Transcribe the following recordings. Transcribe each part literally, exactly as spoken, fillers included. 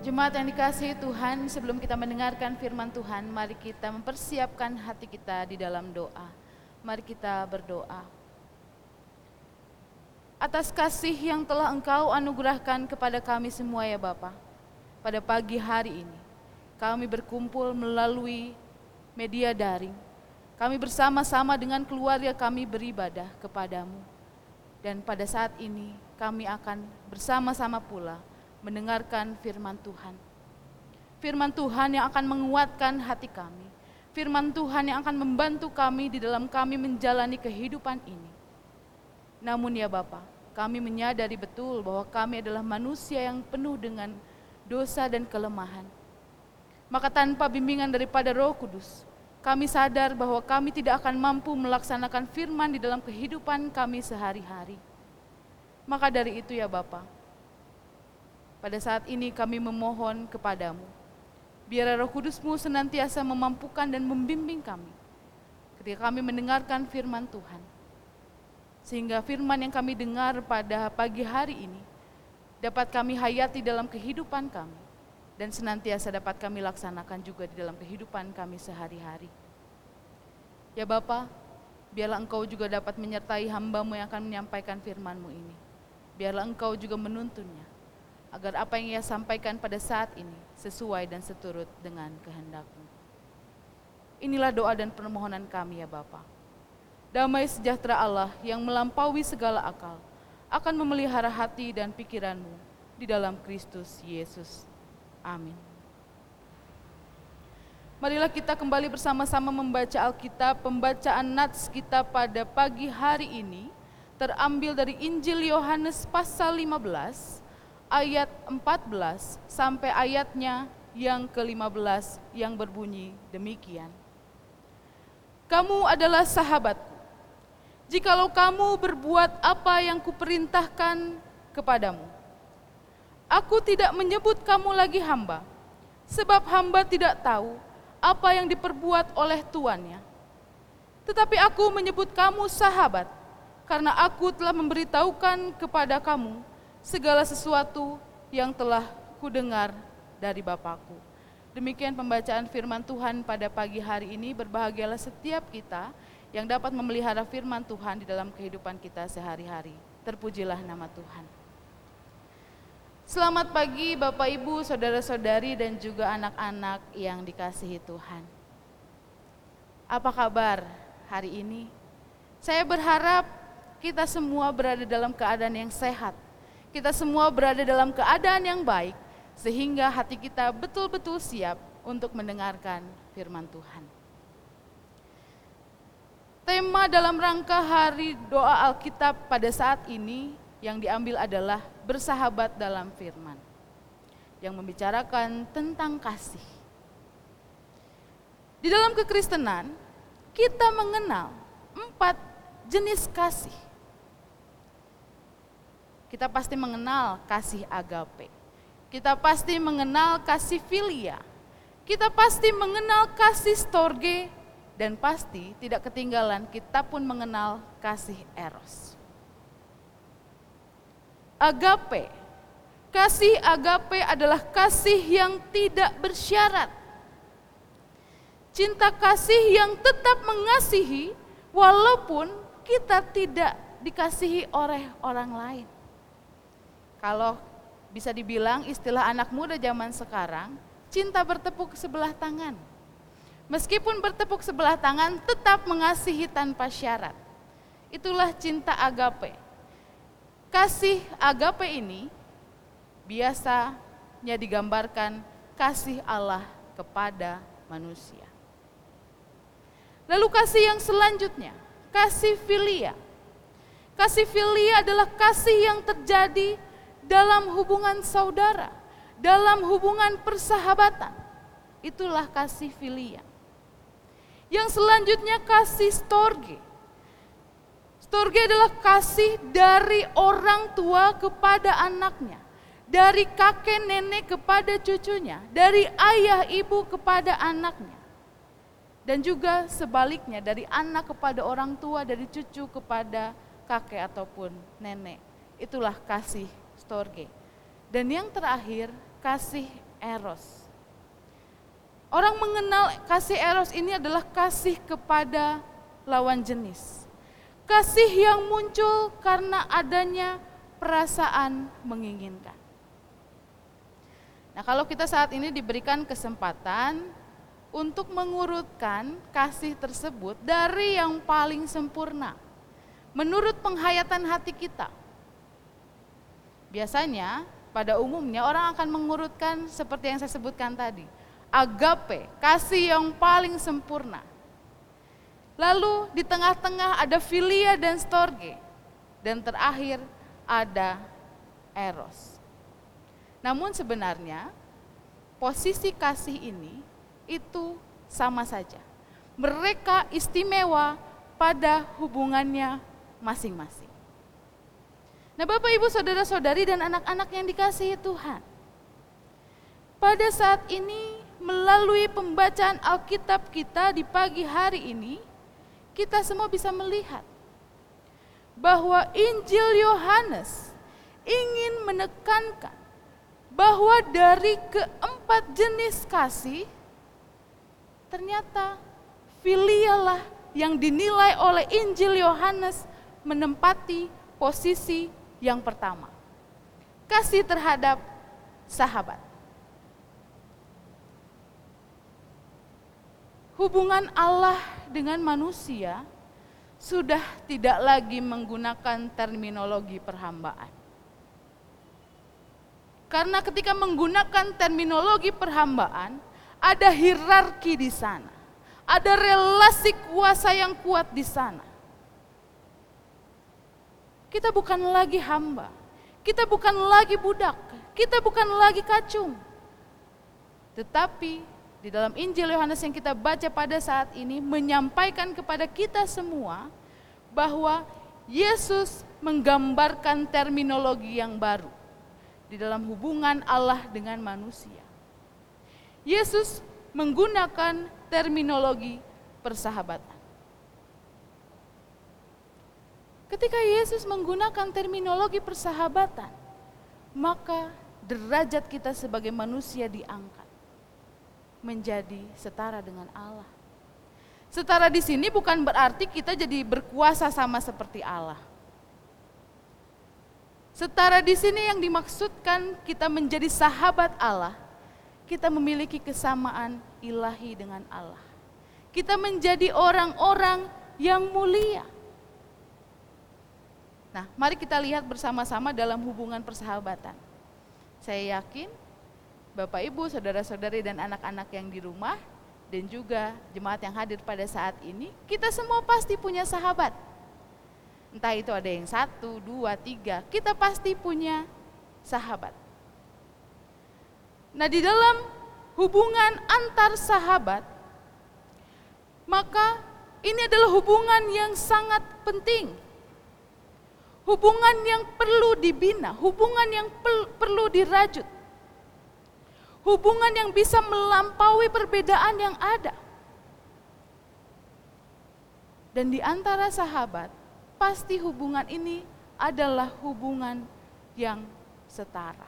Jemaat yang dikasihi Tuhan, sebelum kita mendengarkan firman Tuhan, mari kita mempersiapkan hati kita di dalam doa. Mari kita berdoa. Atas kasih yang telah Engkau anugerahkan kepada kami semua ya Bapa, pada pagi hari ini, kami berkumpul melalui media daring. Kami bersama-sama dengan keluarga kami beribadah kepadamu. Dan pada saat ini kami akan bersama-sama pula mendengarkan firman Tuhan. Firman Tuhan yang akan menguatkan hati kami. Firman Tuhan yang akan membantu kami di dalam kami menjalani kehidupan ini. Namun ya Bapa, kami menyadari betul bahwa kami adalah manusia yang penuh dengan dosa dan kelemahan. Maka tanpa bimbingan daripada Roh Kudus, kami sadar bahwa kami tidak akan mampu melaksanakan firman di dalam kehidupan kami sehari-hari. Maka dari itu ya Bapa, pada saat ini kami memohon kepadamu, biar Roh Kudus-Mu senantiasa memampukan dan membimbing kami ketika kami mendengarkan firman Tuhan. Sehingga firman yang kami dengar pada pagi hari ini dapat kami hayati dalam kehidupan kami dan senantiasa dapat kami laksanakan juga di dalam kehidupan kami sehari-hari. Ya Bapa, biarlah Engkau juga dapat menyertai hamba-Mu yang akan menyampaikan firman-Mu ini. Biarlah Engkau juga menuntunnya, agar apa yang ia sampaikan pada saat ini sesuai dan seturut dengan kehendak-Mu. Inilah doa dan permohonan kami ya Bapa. Damai sejahtera Allah yang melampaui segala akal akan memelihara hati dan pikiran-Mu di dalam Kristus Yesus. Amin. Marilah kita kembali bersama-sama membaca Alkitab. Pembacaan nats kita pada pagi hari ini terambil dari Injil Yohanes pasal lima belas ayat empat belas sampai ayatnya yang kelima belas yang berbunyi demikian. Kamu adalah sahabatku, jikalau kamu berbuat apa yang kuperintahkan kepadamu. Aku tidak menyebut kamu lagi hamba, sebab hamba tidak tahu apa yang diperbuat oleh tuannya. Tetapi aku menyebut kamu sahabat, karena aku telah memberitahukan kepada kamu segala sesuatu yang telah kudengar dari Bapakku. Demikian pembacaan firman Tuhan pada pagi hari ini. Berbahagialah setiap kita yang dapat memelihara firman Tuhan di dalam kehidupan kita sehari-hari. Terpujilah nama Tuhan. Selamat pagi Bapak Ibu, saudara-saudari dan juga anak-anak yang dikasihi Tuhan. Apa kabar hari ini? Saya berharap kita semua berada dalam keadaan yang sehat. Kita semua berada dalam keadaan yang baik, sehingga hati kita betul-betul siap untuk mendengarkan firman Tuhan. Tema dalam rangka hari doa Alkitab pada saat ini yang diambil adalah bersahabat dalam firman, yang membicarakan tentang kasih. Di dalam kekristenan, kita mengenal empat jenis kasih. Kita pasti mengenal kasih agape. Kita pasti mengenal kasih filia. Kita pasti mengenal kasih storge. Dan pasti tidak ketinggalan kita pun mengenal kasih eros. Agape. Kasih agape adalah kasih yang tidak bersyarat. Cinta kasih yang tetap mengasihi walaupun kita tidak dikasihi oleh orang lain. Kalau bisa dibilang istilah anak muda zaman sekarang, cinta bertepuk sebelah tangan. Meskipun bertepuk sebelah tangan, tetap mengasihi tanpa syarat. Itulah cinta agape. Kasih agape ini biasanya digambarkan kasih Allah kepada manusia. Lalu kasih yang selanjutnya, kasih filia. Kasih filia adalah kasih yang terjadi dalam hubungan saudara, dalam hubungan persahabatan. Itulah kasih filia. Yang selanjutnya kasih storge. Storge adalah kasih dari orang tua kepada anaknya, dari kakek nenek kepada cucunya, dari ayah ibu kepada anaknya. Dan juga sebaliknya, dari anak kepada orang tua, dari cucu kepada kakek ataupun nenek. Itulah kasih storge. Dan yang terakhir, kasih eros. Orang mengenal kasih eros ini adalah kasih kepada lawan jenis. Kasih yang muncul karena adanya perasaan menginginkan. Nah, kalau kita saat ini diberikan kesempatan untuk mengurutkan kasih tersebut dari yang paling sempurna, menurut penghayatan hati kita. Biasanya, pada umumnya orang akan mengurutkan seperti yang saya sebutkan tadi. Agape, kasih yang paling sempurna. Lalu di tengah-tengah ada filia dan storge. Dan terakhir ada eros. Namun sebenarnya posisi kasih ini itu sama saja. Mereka istimewa pada hubungannya masing-masing. Nah, Bapak, Ibu, saudara-saudari dan anak-anak yang dikasihi Tuhan. Pada saat ini melalui pembacaan Alkitab kita di pagi hari ini, kita semua bisa melihat bahwa Injil Yohanes ingin menekankan bahwa dari keempat jenis kasih, ternyata filialah yang dinilai oleh Injil Yohanes menempati posisi yang pertama. Kasih terhadap sahabat. Hubungan Allah dengan manusia sudah tidak lagi menggunakan terminologi perhambaan. Karena ketika menggunakan terminologi perhambaan, ada hierarki di sana. Ada relasi kuasa yang kuat di sana. Kita bukan lagi hamba. Kita bukan lagi budak. Kita bukan lagi kacung. Tetapi di dalam Injil Yohanes yang kita baca pada saat ini menyampaikan kepada kita semua bahwa Yesus menggambarkan terminologi yang baru di dalam hubungan Allah dengan manusia. Yesus menggunakan terminologi persahabatan. Ketika Yesus menggunakan terminologi persahabatan, maka derajat kita sebagai manusia diangkat menjadi setara dengan Allah. Setara di sini bukan berarti kita jadi berkuasa sama seperti Allah. Setara di sini yang dimaksudkan kita menjadi sahabat Allah, kita memiliki kesamaan ilahi dengan Allah. Kita menjadi orang-orang yang mulia. Nah, mari kita lihat bersama-sama dalam hubungan persahabatan. Saya yakin Bapak, Ibu, saudara-saudari dan anak-anak yang di rumah dan juga jemaat yang hadir pada saat ini, kita semua pasti punya sahabat. Entah itu ada yang satu, dua, tiga, kita pasti punya sahabat. Nah, di dalam hubungan antar sahabat, maka ini adalah hubungan yang sangat penting. Hubungan yang perlu dibina, hubungan yang per- perlu dirajut. Hubungan yang bisa melampaui perbedaan yang ada. Dan di antara sahabat, pasti hubungan ini adalah hubungan yang setara.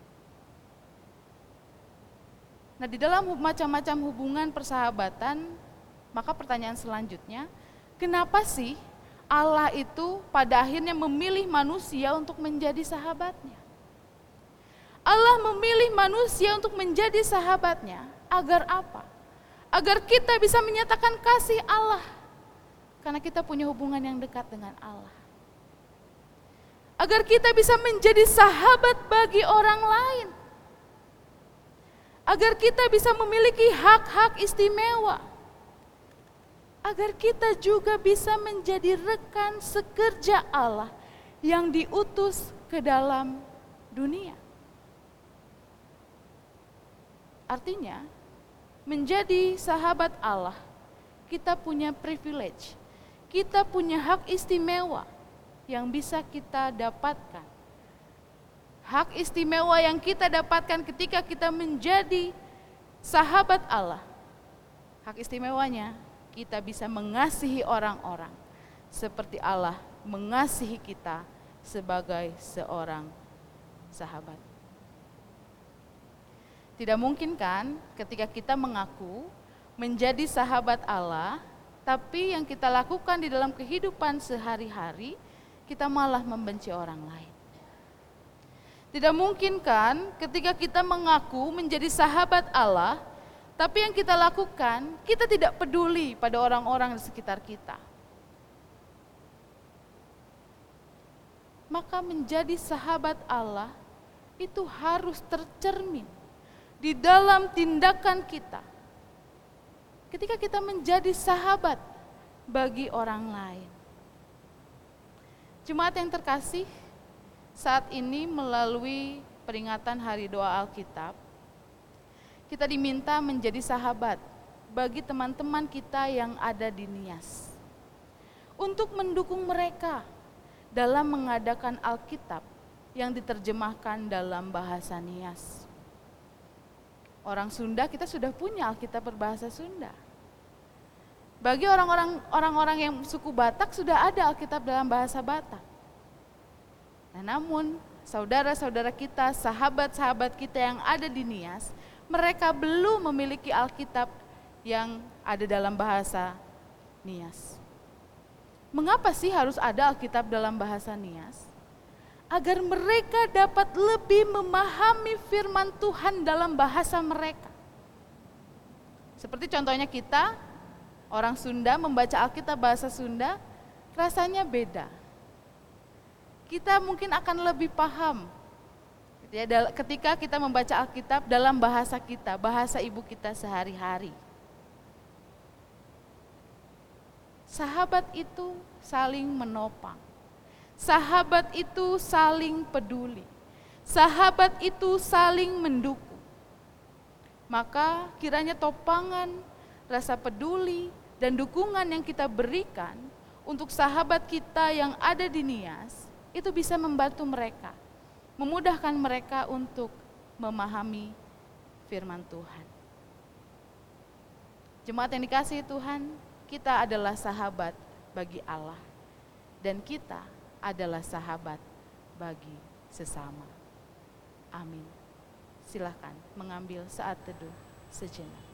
Nah, di dalam macam-macam hubungan persahabatan, maka pertanyaan selanjutnya, kenapa sih Allah itu pada akhirnya memilih manusia untuk menjadi sahabatnya? Allah memilih manusia untuk menjadi sahabatnya, agar apa? Agar kita bisa menyatakan kasih Allah. Karena kita punya hubungan yang dekat dengan Allah. Agar kita bisa menjadi sahabat bagi orang lain. Agar kita bisa memiliki hak-hak istimewa. Agar kita juga bisa menjadi rekan sekerja Allah yang diutus ke dalam dunia. Artinya, menjadi sahabat Allah, kita punya privilege. Kita punya hak istimewa yang bisa kita dapatkan. Hak istimewa yang kita dapatkan ketika kita menjadi sahabat Allah. Hak istimewanya, kita bisa mengasihi orang-orang seperti Allah mengasihi kita sebagai seorang sahabat. Tidak mungkin kan ketika kita mengaku menjadi sahabat Allah, tapi yang kita lakukan di dalam kehidupan sehari-hari, kita malah membenci orang lain. Tidak mungkin kan ketika kita mengaku menjadi sahabat Allah, tapi yang kita lakukan, kita tidak peduli pada orang-orang di sekitar kita. Maka menjadi sahabat Allah itu harus tercermin di dalam tindakan kita. Ketika kita menjadi sahabat bagi orang lain. Jemaat yang terkasih, saat ini melalui peringatan Hari Doa Alkitab, kita diminta menjadi sahabat bagi teman-teman kita yang ada di Nias. Untuk mendukung mereka dalam mengadakan Alkitab yang diterjemahkan dalam bahasa Nias. Orang Sunda kita sudah punya Alkitab berbahasa Sunda. Bagi orang-orang orang-orang yang suku Batak sudah ada Alkitab dalam bahasa Batak. Nah, namun saudara-saudara kita, sahabat-sahabat kita yang ada di Nias, mereka belum memiliki Alkitab yang ada dalam bahasa Nias. Mengapa sih harus ada Alkitab dalam bahasa Nias? Agar mereka dapat lebih memahami firman Tuhan dalam bahasa mereka. Seperti contohnya kita, orang Sunda membaca Alkitab bahasa Sunda, rasanya beda. Kita mungkin akan lebih paham ketika kita membaca Alkitab dalam bahasa kita, bahasa ibu kita sehari-hari. Sahabat itu saling menopang. Sahabat itu saling peduli. Sahabat itu saling mendukung. Maka kiranya topangan, rasa peduli, dan dukungan yang kita berikan untuk sahabat kita yang ada di Nias, itu bisa membantu mereka, memudahkan mereka untuk memahami firman Tuhan. Jemaat yang dikasihi Tuhan, kita adalah sahabat bagi Allah, dan kita adalah sahabat bagi sesama. Amin. Silakan mengambil saat teduh sejenak.